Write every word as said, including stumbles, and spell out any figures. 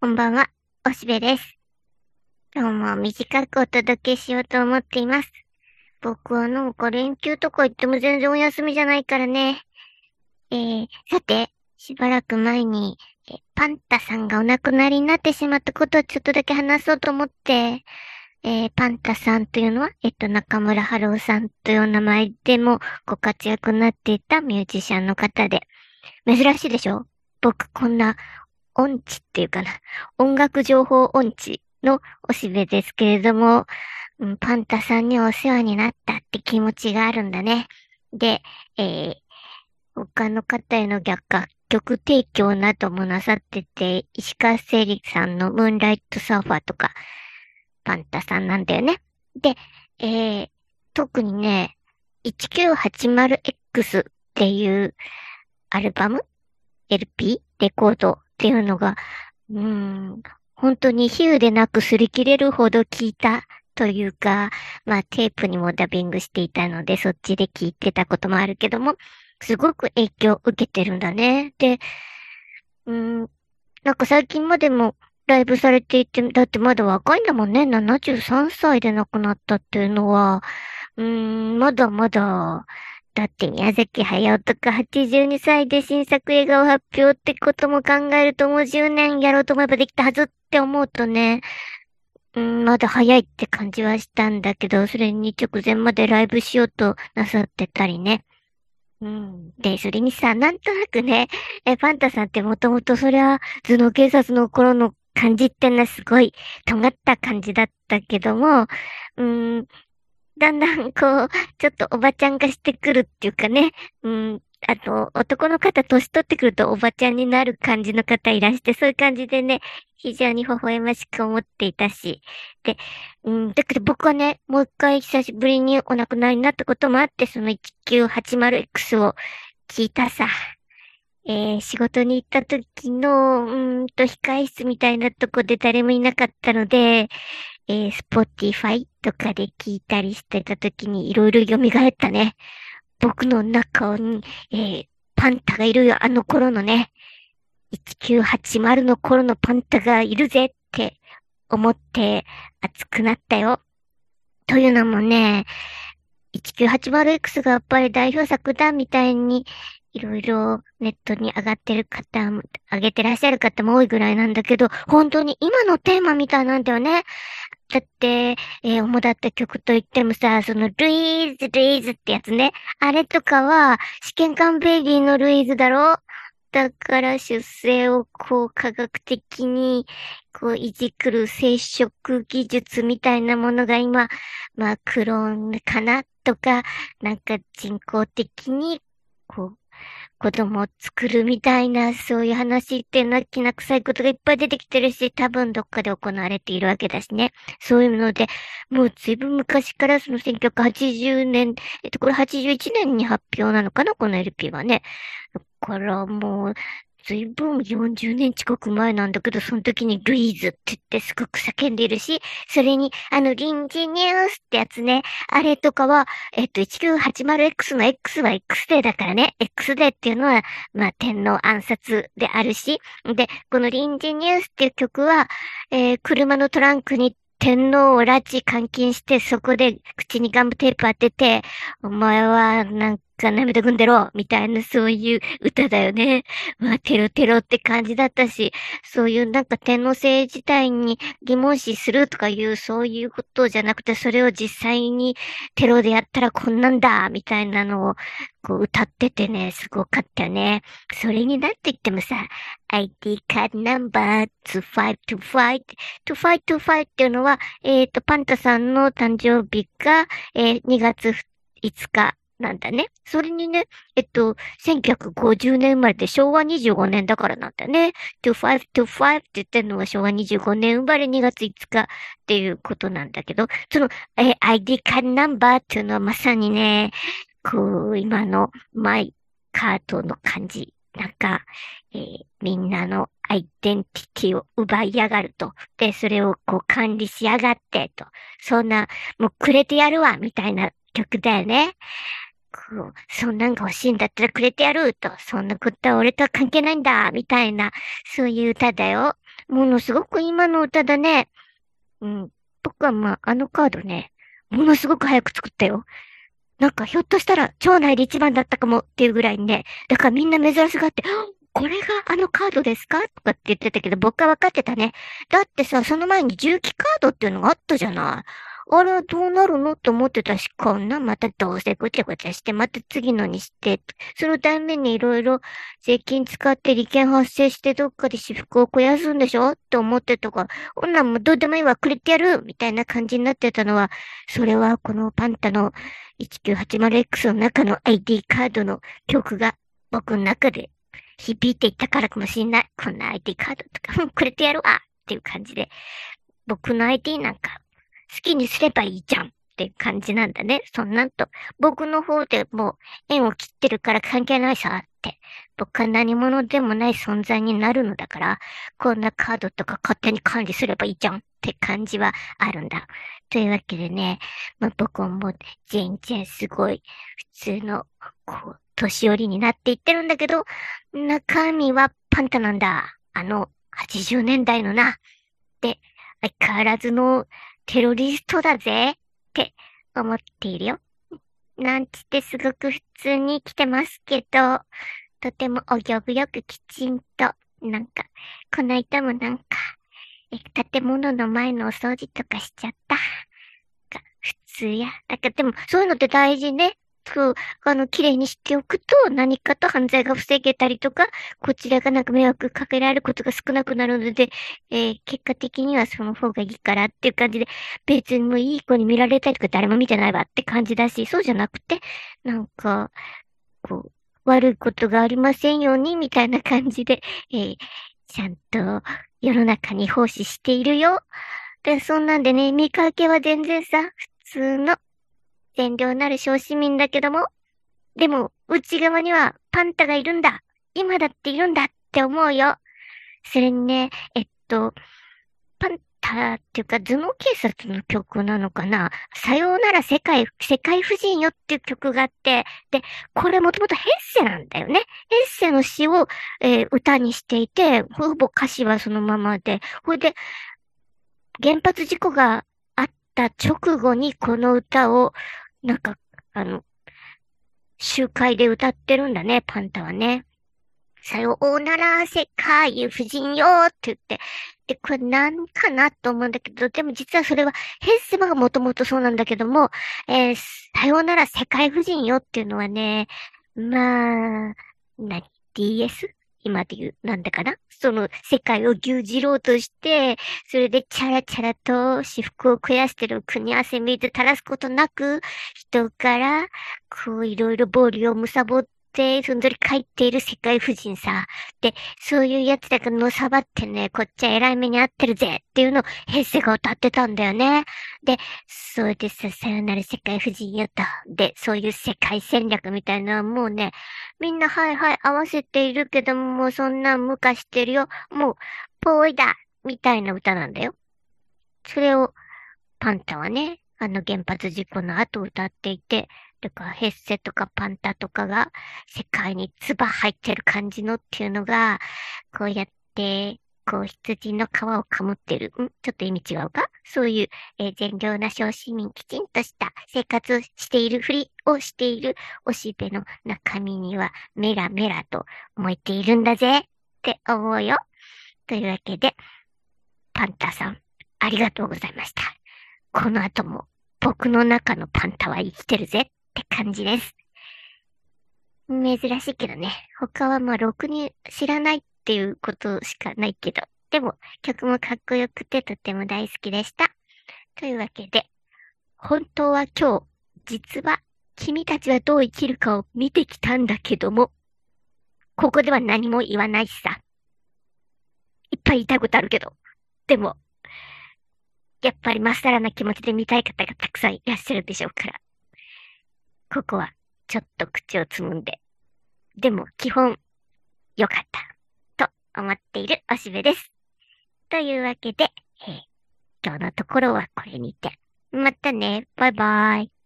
こんばんは、おしべです。今日も短くお届けしようと思っています。僕はなんか連休とか行っても全然お休みじゃないからね。えー、さて、しばらく前に、えパンタさんがお亡くなりになってしまったことをちょっとだけ話そうと思って、えー、パンタさんというのは、えっと、中村春夫さんというお名前でもご活躍になっていたミュージシャンの方で、珍しいでしょ？僕こんな音痴っていうかな。音楽情報音痴のおしべですけれども、うん、パンタさんにお世話になったって気持ちがあるんだね。で、えー、他の方への逆楽曲提供などもなさってて、石川せりさんのムーンライトサーファーとか、パンタさんなんだよね。で、えー、特にね、いちきゅうはちまるエックス っていうアルバム エルピー? レコードっていうのが、うーん、本当に比喩でなく擦り切れるほど聞いたというか、まあテープにもダビングしていたのでそっちで聞いてたこともあるけども、すごく影響を受けてるんだね。で、うーん、なんか最近までもライブされていて、だってまだ若いんだもんね。ななじゅうさんさいで亡くなったっていうのは、うーん、まだまだ、だって宮崎駿とかはちじゅうにさいで新作映画を発表ってことも考えるともうじゅうねんやろうと思えばできたはずって思うとね、うん、まだ早いって感じはしたんだけど、それに直前までライブしようとなさってたりね。うん。で、それにさ、なんとなくね、え、パンタさんってもともとそりゃ、頭脳警察の頃の感じってのはすごい尖った感じだったけども、うん、だんだんこう、ちょっとおばちゃん化してくるっていうかね、うん、あと、男の方年取ってくるとおばちゃんになる感じの方いらして、そういう感じでね、非常に微笑ましく思っていたし。で、うん、だけど僕はね、もう一回久しぶりにお亡くなりになったこともあって、その いちきゅうはちまるエックス を聞いたさ。えー、仕事に行った時の、うーんと、控室みたいなとこで誰もいなかったので、えー、Spotify とかで聞いたりしてた時にいろいろ蘇ったね。僕の中に、えー、パンタがいるよ、あの頃のね。いちきゅうはちまるの頃のパンタがいるぜって思って熱くなったよ。というのもね、いちきゅうはちまるエックス がやっぱり代表作だみたいに、いろいろネットに上がってる方も、上げてらっしゃる方も多いぐらいなんだけど、本当に今のテーマみたいなんだよね。だって、えー主だった曲といってもさ、その、ルイーズ、ルイーズってやつね。あれとかは、試験管ベイビーのルイーズだろ？だから出生をこう科学的にこういじくる生殖技術みたいなものが今、まあクローンかなとか、なんか人工的にこう子供を作るみたいな、そういう話っていうのはきな臭いことがいっぱい出てきてるし、多分どっかで行われているわけだしね。そういうので、もうずいぶん昔からそのせんきゅうひゃくはちじゅうねん、えっと、これはちじゅういちねんに発表なのかなこの エルピー はね。だからもう、ずいぶんよんじゅうねん近く前なんだけど、その時にルイーズって言ってすごく叫んでいるし、それに、あの、臨時ニュースってやつね。あれとかは、えっと、いちきゅうはちまるエックス の X は X デーだからね。X デーっていうのは、まあ、天皇暗殺であるし。で、この臨時ニュースっていう曲は、えー車のトランクに天皇を拉致監禁して、そこで口にガムテープ当てて、お前はなんか涙ぐんでろみたいなそういう歌だよね。まあ、テロテロって感じだったし、そういうなんか天皇制自体に疑問視するとかいうそういうことじゃなくて、それを実際にテロでやったらこんなんだみたいなのをこう歌っててね、すごかったよね。それになんて言ってもさ、アイディー カードナンバーにファイブにファイブ、にファイブにファイブっていうのは、えっと、パンタさんの誕生日が、えー、にがついつかなんだね。それにね、えっと、せんきゅうひゃくごじゅうねん生まれでしょうわにじゅうごねんだからなんだね。にファイブにファイブって言ってるのがしょうわにじゅうごねん生まれにがついつかっていうことなんだけど、その、えー、アイディー カードナンバーっていうのはまさにね、こう、今のマイカードの感じ。なんか、えーみんなのアイデンティティを奪いやがると。で、それをこう管理しやがってと。そんな、もうくれてやるわみたいな曲だよね。こう、そんなんが欲しいんだったらくれてやると。そんなことは俺とは関係ないんだみたいな、そういう歌だよ。 ものすごく今の歌だね。うん。僕はまあ、あのカードね、ものすごく早く作ったよ。なんかひょっとしたら町内で一番だったかもっていうぐらいにね。だからみんな珍しがって、あこれがあのカードですかとかって言ってたけど、僕は分かってたね。だってさ、その前に重機カードっていうのがあったじゃない。あれはどうなるのと思ってたし、こんなまたどうせごちゃごちゃして、また次のにして、そのためにいろいろ税金使って利権発生してどっかで私腹を肥やすんでしょって思ってたから、こんなんもうどうでもいいわ、くれてやるみたいな感じになってたのは、それはこのパンタの いちきゅうはちまるエックス の中の アイディー カードの曲が僕の中で響いていったからかもしんない。こんな アイディー カードとか、うん、くれてやるわっていう感じで、僕の アイディー なんか好きにすればいいじゃんっていう感じなんだね。そんなんと、僕の方でもう縁を切ってるから関係ないさって。僕は何者でもない存在になるのだから、こんなカードとか勝手に管理すればいいじゃんって感じはあるんだ。というわけでね、まあ、僕はもう全然すごい普通の、こう、年寄りになっていってるんだけど、中身はパンタなんだ。あの、はちじゅうねんだいのな。で、相変わらずのテロリストだぜって思っているよ。なんちってすごく普通に来てますけど、とてもお行儀よくきちんと、なんか、この間もなんか、え、建物の前のお掃除とかしちゃった。が普通や。だからでも、そういうのって大事ね。そう、あの、綺麗にしておくと何かと犯罪が防げたりとか、こちらがなんか迷惑かけられることが少なくなるので、えー結果的にはその方がいいからっていう感じで、別にもういい子に見られたりとか誰も見てないわって感じだし、そうじゃなくて、なんか、こう、悪いことがありませんように、みたいな感じで、えーちゃんと世の中に奉仕しているよ。で、そんなんでね、見かけは全然さ、普通の善良なる小市民だけども、でも、内側にはパンタがいるんだ。今だっているんだって思うよ。それにね、えっと、パンタっていうか、頭脳警察の曲なのかな。さようなら世界、世界婦人よっていう曲があって、で、これもともとヘッセなんだよね。ヘッセの詩を、えー歌にしていて、ほぼ歌詞はそのままで、ほいで、原発事故があった直後にこの歌を、なんか、あの、集会で歌ってるんだね、パンタはね。さようなら世界婦人よって言って。で、これ何かなと思うんだけど、でも実はそれはヘッセマがもともとそうなんだけども、えー、さようなら世界婦人よっていうのはね、まあ、な、ディーエス？ 今で言う、なんだかなその世界を牛耳ろうとして、それでチャラチャラと私服を肥やしてる国汗水垂らすことなく、人から、こういろいろ暴利を貪って、ふんぞり返っている世界婦人さ。で、そういう奴らがのさばってね、こっちは偉い目に遭ってるぜっていうのをヘッセが歌ってたんだよね。で、それでさ、さよなら世界婦人よと。で、そういう世界戦略みたいなのはもうね、みんなはいはい合わせているけども、もうそんなん無化してるよ。もう、ぽいだみたいな歌なんだよ。それを、パンタはね、あの原発事故の後歌っていて、だからヘッセとかパンタとかが世界に唾入ってる感じのっていうのが、こうやって、こう羊の皮をかむってる。んちょっと意味違うかそういう、えー善良な小市民、きちんとした生活をしているふりをしているおしべの中身にはメラメラと燃えているんだぜって思うよ。というわけで、パンタさん、ありがとうございました。この後も僕の中のパンタは生きてるぜって感じです。珍しいけどね。他はまあ、ろくに知らないっていうことしかないけど。でも、曲もかっこよくてとても大好きでした。というわけで、本当は今日、実は君たちはどう生きるかを見てきたんだけども、ここでは何も言わないしさ。いっぱい言いたいことあるけど。でも、やっぱりまっさらな気持ちで見たい方がたくさんいらっしゃるでしょうから。ここは、ちょっと口をつむんで。でも、基本、良かった。と思っているおしべです。というわけで、えー今日のところはこれにて。またね。バイバイ。